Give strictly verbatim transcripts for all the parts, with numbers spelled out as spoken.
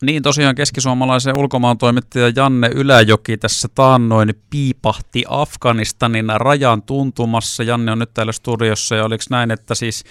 Niin tosiaan keskisuomalaisen ulkomaan toimittaja Janne Yläjoki tässä taannoin piipahti Afganistanin rajan tuntumassa. Janne on nyt täällä studiossa ja oliko näin, että siis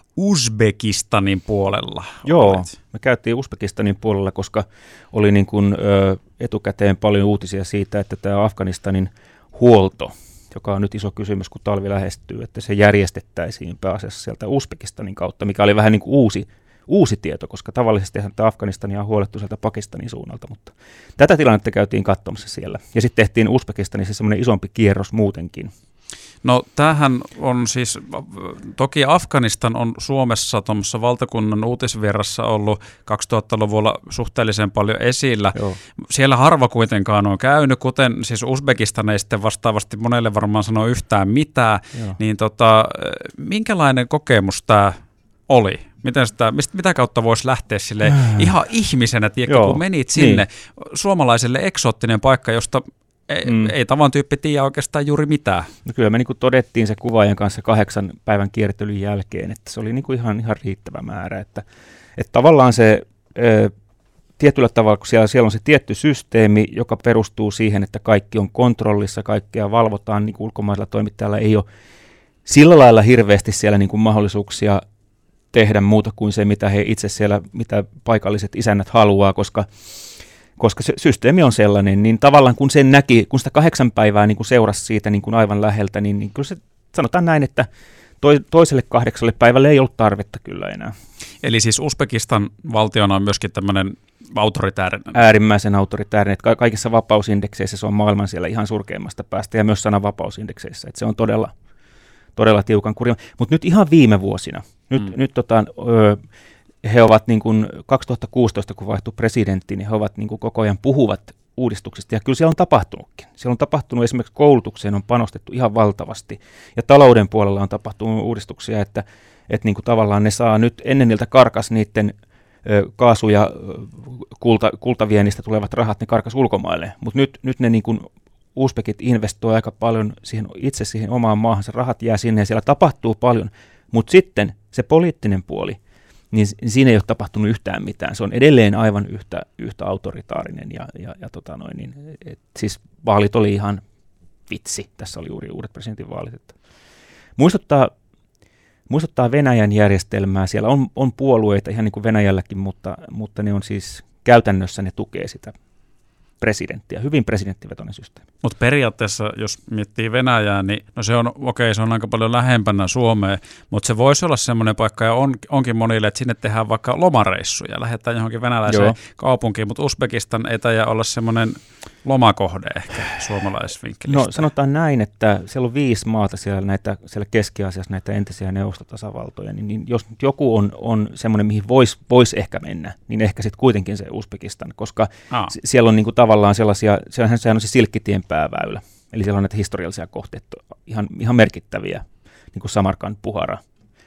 Uzbekistanin puolella? Joo, olet? me käytiin Uzbekistanin puolella, koska oli niin kuin, ö, etukäteen paljon uutisia siitä, että tämä Afganistanin huolto, joka on nyt iso kysymys, kun talvi lähestyy, että se järjestettäisiin pääasiassa sieltä Uzbekistanin kautta, mikä oli vähän niin kuin uusi, uusi tieto, koska tavallisesti Afganistania on huolettu sieltä Pakistanin suunnalta, mutta tätä tilannetta käytiin katsomassa siellä. Ja sitten tehtiin Uzbekistanissa semmoinen isompi kierros muutenkin. No tämähän on siis, toki Afganistan on Suomessa tuommoisessa valtakunnan uutisvirrassa ollut kaksituhattaluvulla suhteellisen paljon esillä. Joo. Siellä harva kuitenkaan on käynyt, kuten siis Uzbekistan ei sitten vastaavasti monelle varmaan sano yhtään mitään. Joo. Niin tota, minkälainen kokemus tämä oli? Miten sitä, mistä, mitä kautta voisi lähteä sille äh. ihan ihmisenä, tiedätkö, kun menit sinne, niin. Suomalaiselle eksoottinen paikka, josta ei, mm. ei tavan tyyppi tiedä oikeastaan juuri mitään. No kyllä me niin kuin todettiin se kuvaajan kanssa kahdeksan päivän kiertelyn jälkeen, että se oli niin kuin ihan, ihan riittävä määrä. Että, että tavallaan se ö, tietyllä tavalla, kun siellä, siellä on se tietty systeemi, joka perustuu siihen, että kaikki on kontrollissa, kaikkea valvotaan, niin kuin ulkomaisella toimittajalla ei ole sillä lailla hirveästi siellä niin kuin mahdollisuuksia tehdä muuta kuin se, mitä he itse siellä, mitä paikalliset isännät haluaa, koska koska se systeemi on sellainen, niin tavallaan kun sen näki, kun sitä kahdeksan päivää niin kuin seurasi siitä niin kuin aivan läheltä, niin, niin kyllä se sanotaan näin, että toi, toiselle kahdeksalle päivälle ei ollut tarvetta kyllä enää. Eli siis Uzbekistan valtiona on myöskin tämmöinen autoritäärinen? Äärimmäisen autoritäärinen, että kaikissa vapausindekseissä se on maailman siellä ihan surkeimmasta päästä ja myös sananvapausindekseissä, että se on todella, todella tiukan kurja. Mutta nyt ihan viime vuosina, nyt, mm. nyt tota, öö, he ovat niin kuin kaksituhattakuusitoista, kun vaihtui presidentti, niin he ovat niin kuin koko ajan puhuvat uudistuksista. Ja kyllä siellä on tapahtunutkin. Siellä on tapahtunut esimerkiksi koulutukseen on panostettu ihan valtavasti. Ja talouden puolella on tapahtunut uudistuksia, että, että niin kuin tavallaan ne saa nyt ennen niiltä karkas niiden ö, kaasu- ja kulta, kultaviennistä tulevat rahat, ne karkas ulkomaille. Mutta nyt, nyt ne niin kuin Uzbekit investoi aika paljon siihen, itse siihen omaan maahansa. Rahat jää sinne ja siellä tapahtuu paljon. Mutta sitten se poliittinen puoli, niin siinä ei ole tapahtunut yhtään mitään. Se on edelleen aivan yhtä, yhtä autoritaarinen ja, ja, ja tota noin, niin, et, siis vaalit oli ihan vitsi. Tässä oli juuri uudet presidentinvaalit. Että. Muistuttaa, muistuttaa Venäjän järjestelmää. Siellä on, on puolueita ihan niin kuin Venäjälläkin, mutta, mutta ne on siis käytännössä ne tukee sitä presidenttiä. Hyvin presidenttivetoinen systeemi. Mutta periaatteessa, jos miettii Venäjää, niin no se on, okei, okay, se on aika paljon lähempänä Suomeen, mutta se voisi olla semmoinen paikka, ja on, onkin monille, että sinne tehdään vaikka lomareissuja, lähdetään johonkin venäläiseen Joo. kaupunkiin, mutta Uzbekistan ei taida olla semmoinen lomakohde ehkä suomalaisvinkkelistä. No sanotaan näin, että siellä on viisi maata siellä, näitä, siellä Keski-Aasiassa, näitä entisiä neuvostotasavaltoja, niin, niin jos joku on, on semmoinen, mihin voisi vois ehkä mennä, niin ehkä sitten kuitenkin se Uzbekistan, koska Aa. s- siellä on niinku tavallaan sellaisia, sehän, sehän on se silkkitien pääväylä, eli siellä on näitä historiallisia kohteita, ihan, ihan merkittäviä, niin kuin Samarkand, Buhara.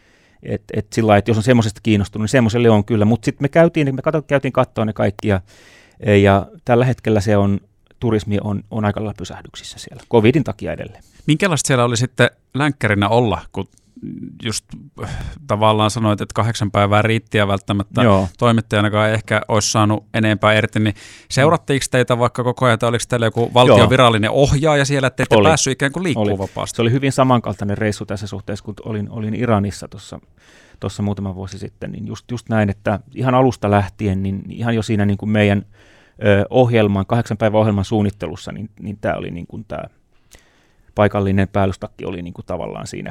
Et, et sillä lailla, että jos on semmoisesta kiinnostunut, niin semmoiselle on kyllä, mutta sitten me käytiin, me kato, käytiin katsoa ne kaikki, ja, ja tällä hetkellä se on, turismi on, on aika lailla pysähdyksissä siellä, covidin takia edelleen. Minkälaista siellä oli sitten länkkärinä olla, kun just tavallaan sanoit, että kahdeksan päivää riitti ja välttämättä Joo. toimittajanakaan ei ehkä olisi saanut enempää irti, niin seurattiinko teitä vaikka koko ajan, tai oliko teillä joku valtion virallinen ohjaaja siellä, että ette oli. päässyt ikään kuin liikkuu vapaasti? Se oli hyvin samankaltainen reissu tässä suhteessa, kun olin, olin Iranissa tuossa tuossa muutama vuosi sitten, niin just, just näin, että ihan alusta lähtien, niin ihan jo siinä niin kuin meidän ö, ohjelman, kahdeksan päivän ohjelman suunnittelussa, niin, niin tämä oli niin kuin tämä paikallinen päällystakki oli niin kuin tavallaan siinä.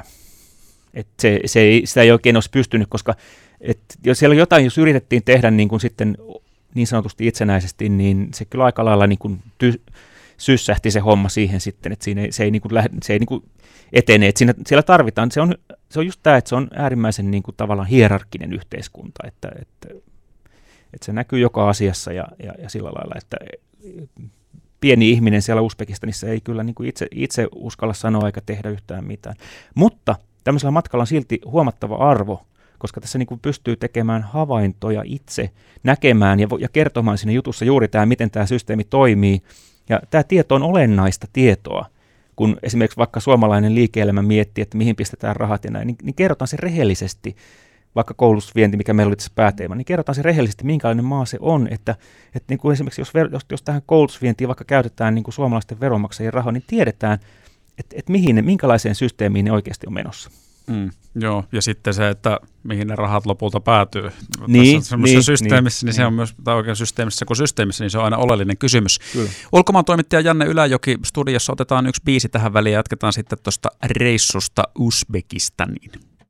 Et se, se ei, sitä ei oikein olisi pystynyt, koska et jos siellä jotain, jos yritettiin tehdä niin, kuin sitten niin sanotusti itsenäisesti, niin se kyllä aika lailla niin kuin ty, syssähti se homma siihen sitten, että siinä ei, se ei, niin kuin lähde, se ei niin kuin etene. Että siinä, siellä tarvitaan, se on, se on just tämä, että se on äärimmäisen niin kuin tavallaan hierarkkinen yhteiskunta, että, että, että se näkyy joka asiassa ja, ja, ja sillä lailla, että pieni ihminen siellä Uzbekistanissa ei kyllä niin kuin itse, itse uskalla sanoa eikä tehdä yhtään mitään. Mutta tämmöisellä matkalla on silti huomattava arvo, koska tässä niin kuin pystyy tekemään havaintoja itse, näkemään ja, ja kertomaan siinä jutussa juuri tämä, miten tämä systeemi toimii. Ja tämä tieto on olennaista tietoa, kun esimerkiksi vaikka suomalainen liike-elämä miettii, että mihin pistetään rahat ja näin, niin, niin kerrotaan se rehellisesti vaikka koulutusvienti, mikä meillä oli tässä pääteema, niin kerrotaan se rehellisesti, minkälainen maa se on, että, että niin kuin esimerkiksi jos, jos, jos tähän koulutusvientiin vaikka käytetään niin kuin suomalaisten veronmaksajien rahaa, niin tiedetään, että, että mihin ne, minkälaiseen systeemiin ne oikeasti on menossa. Mm, joo, ja sitten se, että mihin ne rahat lopulta päätyy. Niin, Tässä niin, systeemissä, niin, niin se niin. on myös, tai oikein systeemissä kuin systeemissä, niin se on aina oleellinen kysymys. Kyllä. Ulkomaan toimittaja Janne Yläjoki studiossa, otetaan yksi biisi tähän väliin ja jatketaan sitten tuosta reissusta Uzbekistaniin.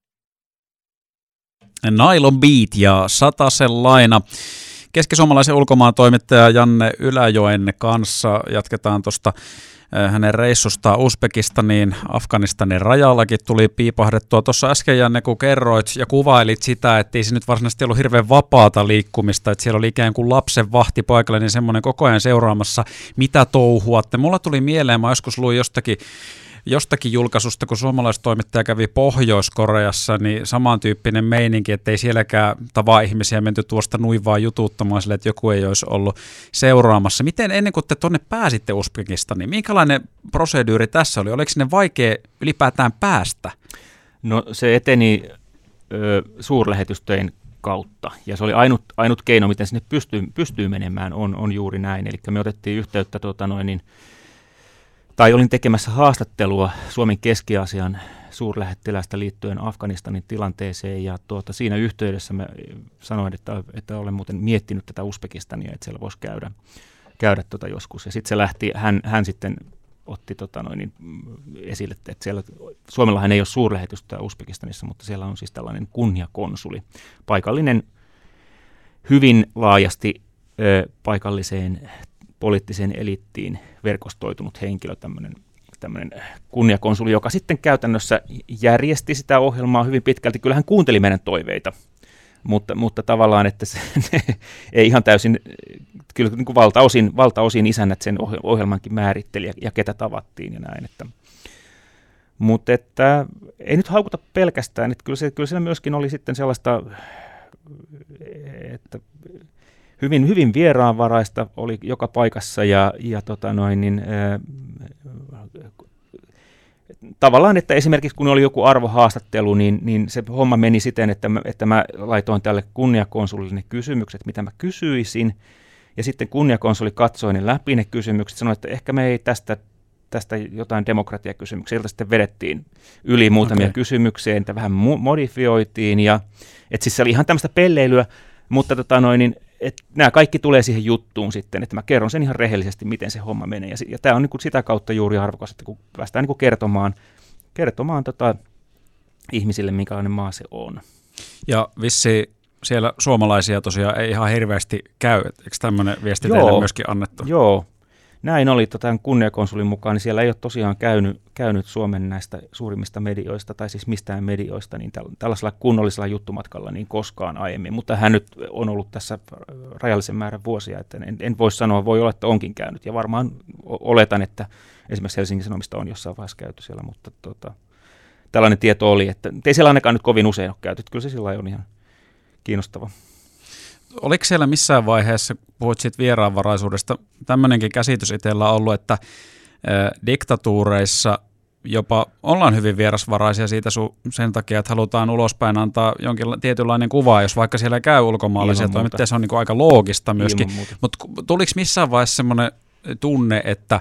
Nylon Beat ja Satasen laina. Keskisuomalaisen ulkomaan toimittaja Janne Yläjoen kanssa jatketaan tuosta hänen reissusta Uzbekistaniin. Afganistanin rajallakin tuli piipahdettua. Tuossa äsken, Janne, kun kerroit ja kuvailit sitä, että ei se nyt varsinaisesti ollut hirveän vapaata liikkumista, että siellä oli ikään kuin lapsen vahti paikalla, niin semmoinen koko ajan seuraamassa, mitä touhuatte. Mulla tuli mieleen, mä joskus luin jostakin jostakin julkaisusta, kun suomalaistoimittaja kävi Pohjois-Koreassa, niin samantyyppinen meininki, että ei sielläkään tavaa ihmisiä menty tuosta nuin vaan jutuuttamaan sille, että joku ei olisi ollut seuraamassa. Miten ennen kuin te tuonne pääsitte Uzbekistaniin, minkälainen proseduuri tässä oli? Oliko sinne vaikea ylipäätään päästä? No se eteni ö, suurlähetystöjen kautta, ja se oli ainut, ainut keino, miten sinne pystyy, pystyy menemään, on, on juuri näin. Eli me otettiin yhteyttä tuota noin, niin tai olin tekemässä haastattelua Suomen Keski-Aasian suurlähettilästä liittyen Afganistanin tilanteeseen, ja tuota, siinä yhteydessä mä sanoin, että, että olen muuten miettinyt tätä Uzbekistania, että siellä voisi käydä, käydä tuota joskus. Ja sitten se lähti, hän, hän sitten otti tota noin, niin esille, että siellä, Suomellahan ei ole suurlähetystä Uzbekistanissa, mutta siellä on siis tällainen kunniakonsuli, paikallinen, hyvin laajasti ö, paikalliseen poliittiseen eliittiin verkostoitunut henkilö, tämmöinen, tämmöinen kunniakonsuli, joka sitten käytännössä järjesti sitä ohjelmaa hyvin pitkälti. Kyllä hän kuunteli meidän toiveita, mutta, mutta tavallaan, että se ei ihan täysin, kyllä niin kuin valtaosin, valtaosin isännät sen ohjelmankin määritteli ja, ja ketä tavattiin ja näin. Että, mutta että ei nyt haukuta pelkästään, että kyllä, se, kyllä siellä myöskin oli sitten sellaista, että Hyvin, hyvin vieraanvaraista oli joka paikassa ja, ja tota noin, niin, ää, tavallaan, että esimerkiksi kun oli joku arvohaastattelu, niin, niin se homma meni siten, että mä, että mä laitoin tälle kunniakonsulille ne kysymykset, mitä mä kysyisin, ja sitten kunniakonsuli katsoi ne läpi ne kysymykset, sanoi, että ehkä me ei tästä, tästä jotain demokratiakysymyksiä, sieltä sitten vedettiin yli muutamia okay. kysymyksiä, niitä vähän modifioitiin, ja että siis se oli ihan tämmöistä pelleilyä, mutta tota noin, niin että nämä kaikki tulee siihen juttuun sitten, että mä kerron sen ihan rehellisesti, miten se homma menee. Ja, ja tämä on niin kuin sitä kautta juuri arvokas, että kun päästään niin kuin kertomaan, kertomaan tota ihmisille, minkälainen maa se on. Ja vissi siellä suomalaisia tosiaan ei ihan hirveästi käy. Eikö tämmöinen viesti joo, teille myöskin annettu? Joo, näin oli tota, kunniakonsulin mukaan, niin siellä ei ole tosiaan käynyt, käynyt Suomen näistä suurimmista medioista, tai siis mistään medioista, niin tällaisella kunnollisella juttumatkalla niin koskaan aiemmin. Mutta hän nyt on ollut tässä rajallisen määrän vuosia, että en, en voi sanoa, voi olla, että onkin käynyt. Ja varmaan oletan, että esimerkiksi Helsingin Sanomista on jossain vaiheessa käyty siellä, mutta tota, tällainen tieto oli, että ei siellä ainakaan nyt kovin usein ole käyty. Kyllä se sillä lailla on ihan kiinnostava. Oliko siellä missään vaiheessa, puhuit siitä vieraanvaraisuudesta, tämmöinenkin käsitys itsellä ollut, että ä, diktatuureissa jopa ollaan hyvin vierasvaraisia siitä su- sen takia, että halutaan ulospäin antaa jonkin tietynlainen kuva, jos vaikka siellä käy ulkomaalaisia toimittajia, se on niin kuin aika loogista myöskin. Mutta tuliko missään vaiheessa semmoinen tunne, että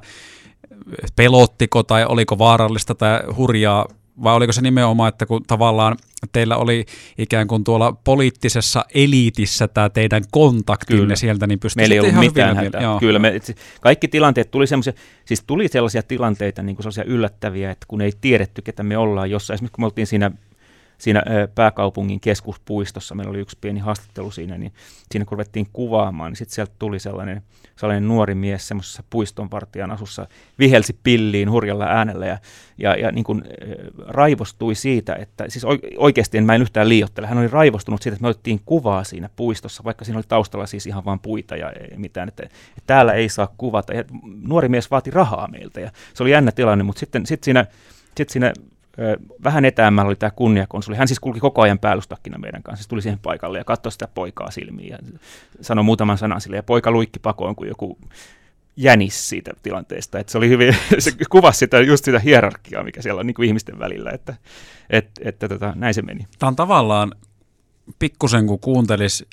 pelottiko tai oliko vaarallista tai hurjaa, vai oliko se nimenomaan, että kun tavallaan teillä oli ikään kuin tuolla poliittisessa eliitissä tämä teidän kontaktinne Kyllä. sieltä, niin pystyisitte ihan hyvin. Meillä ei ollut mitään hätää. Kyllä, me, kaikki tilanteet tuli semmoisia, siis tuli sellaisia tilanteita, niin kuin sellaisia yllättäviä, että kun ei tiedetty, ketä me ollaan jossain. Esimerkiksi kun me oltiin siinä, siinä pääkaupungin keskuspuistossa, meillä oli yksi pieni haastattelu siinä, niin siinä kun ruvettiin kuvaamaan, niin sitten sieltä tuli sellainen, sellainen nuori mies semmoisessa puistonvartijan asussa, vihelsi pilliin hurjalla äänellä ja, ja, ja niin kuin, äh, raivostui siitä, että siis oikeasti en mä en yhtään liioittele, hän oli raivostunut siitä, että me otettiin kuvaa siinä puistossa, vaikka siinä oli taustalla siis ihan vain puita ja mitään, että, että täällä ei saa kuvata. Ja nuori mies vaati rahaa meiltä ja se oli jännä tilanne, mutta sitten sit siinä, sit siinä vähän etäämmällä oli tämä kunniakonsuli. Hän siis kulki koko ajan päällystakkina meidän kanssa. Se tuli siihen paikalle ja katsoi sitä poikaa silmiin ja sanoi muutaman sanan sille. Ja poika luikki pakoon kuin joku jänis siitä tilanteesta. Että se oli hyvin, se kuvasi sitä, just sitä hierarkiaa, mikä siellä on niin kuin ihmisten välillä. Että, et, että tota, näin se meni. Tämä on tavallaan pikkusen kun kuuntelisi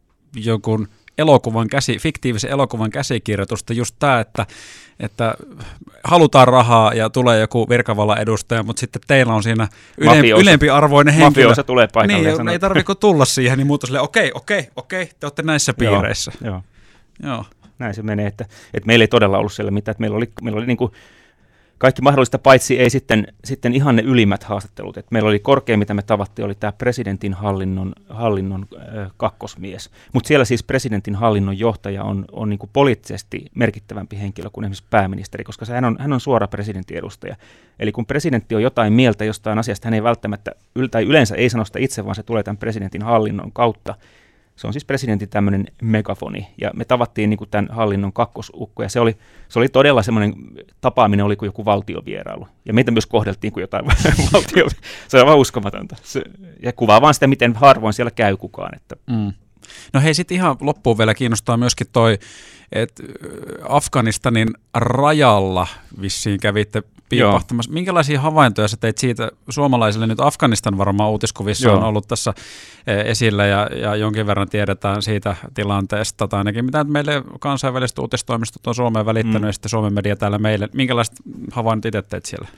jonkun elokuvan käsi, fiktiivisen elokuvan käsikirjoitusta, just tämä, että, että halutaan rahaa ja tulee joku virkavallan edustaja, mutta sitten teillä on siinä yle, ylempiarvoinen henkilö. Mafiosa tulee paikalle. Niin, ei tarvitse tulla siihen, niin muuta silleen, okei, okei, okei, te olette näissä piireissä. Joo, joo. Joo. Näin se menee, että, että meillä ei todella ollut siellä mitään, että meillä oli, meillä oli niin kuin kaikki mahdollista, paitsi ei sitten, sitten ihan ne ylimmät haastattelut. Et meillä oli korkein, mitä me tavattiin, oli tämä presidentin hallinnon, hallinnon äh, kakkosmies. Mutta siellä siis presidentin hallinnon johtaja on, on niinku poliittisesti merkittävämpi henkilö kuin esimerkiksi pääministeri, koska se, hän, on, hän on suora presidentin edustaja. Eli kun presidentti on jotain mieltä jostain asiasta, hän ei välttämättä, tai yleensä ei sano sitä itse, vaan se tulee tämän presidentin hallinnon kautta. Se on siis presidentin tämmöinen megafoni, ja me tavattiin niin kuin tämän hallinnon kakkosukko, ja se oli, se oli todella semmoinen tapaaminen, oli kuin joku valtiovierailu. Ja meitä myös kohdeltiin kuin jotain valtio. Se on aivan uskomatonta. Se, ja kuvaa vaan sitä, miten harvoin siellä käy kukaan. Että. Mm. No hei, sitten ihan loppuun vielä kiinnostaa myöskin toi, että Afganistanin rajalla vissiin kävitte piipahtamassa. Minkälaisia havaintoja sä teit siitä suomalaisille? Nyt Afganistan varmaan uutiskuvissa Joo. on ollut tässä esillä ja, ja jonkin verran tiedetään siitä tilanteesta, tai ainakin mitä meille kansainväliset uutistoimistot on Suomeen välittänyt mm. ja sitten Suomen media täällä meille. Minkälaiset havainnot itse teit siellä?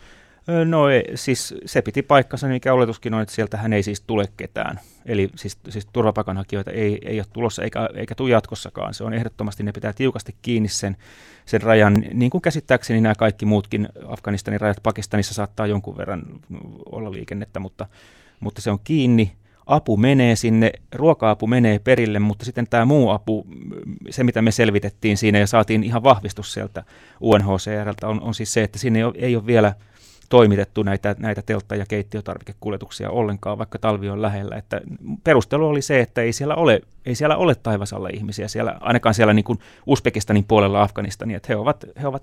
No ei, siis se piti paikkansa, mikä oletuskin on, että sieltähän ei siis tule ketään. Eli siis, siis turvapaikanhakijoita ei, ei ole tulossa eikä, eikä tule jatkossakaan. Se on ehdottomasti, ne pitää tiukasti kiinni sen, sen rajan, niin kuin käsittääkseni nämä kaikki muutkin Afganistanin rajat. Pakistanissa saattaa jonkun verran olla liikennettä, mutta, mutta se on kiinni. Apu menee sinne, ruoka-apu menee perille, mutta sitten tämä muu apu, se mitä me selvitettiin siinä ja saatiin ihan vahvistus sieltä U N H C R:ltä, on, on siis se, että sinne ei ole, ei ole vielä toimitettu näitä, näitä teltta- ja keittiötarvikekuljetuksia ollenkaan, vaikka talvi on lähellä. Että perustelu oli se, että ei siellä ole, ei siellä ole taivasalla ihmisiä, siellä, ainakaan siellä niin kuin Uzbekistanin puolella Afganistania, että he ovat, he ovat,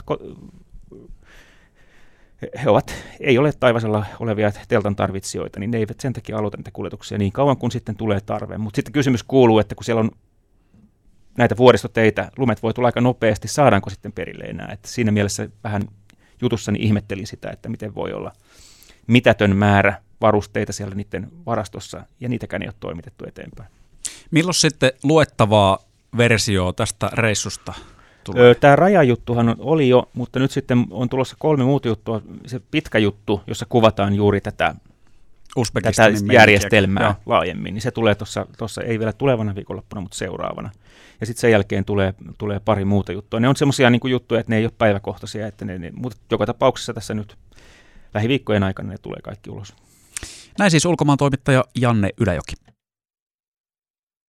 he ovat, ei ole taivasalla olevia teltan tarvitsijoita, niin ne eivät sen takia aloita näitä kuljetuksia niin kauan, kun sitten tulee tarve. Mutta sitten kysymys kuuluu, että kun siellä on näitä vuoristoteitä, lumet voi tulla aika nopeasti, saadaanko sitten perille enää, että siinä mielessä vähän jutussani ihmettelin sitä, että miten voi olla mitätön määrä varusteita siellä niiden varastossa, ja niitäkään ei ole toimitettu eteenpäin. Milloin sitten luettavaa versiota tästä reissusta tulee? Tämä rajajuttuhan oli jo, mutta nyt sitten on tulossa kolme muuta juttua. Se pitkä juttu, jossa kuvataan juuri tätä, tätä järjestelmää ja laajemmin, niin se tulee tuossa, ei vielä tulevana viikonloppuna, mutta seuraavana. Ja sitten sen jälkeen tulee, tulee pari muuta juttua. Ne on semmoisia niin kuin juttuja, että ne ei ole päiväkohtaisia, että ne, ne, mutta joka tapauksessa tässä nyt lähiviikkojen aikana ne tulee kaikki ulos. Näin siis ulkomaan toimittaja Janne Yläjoki.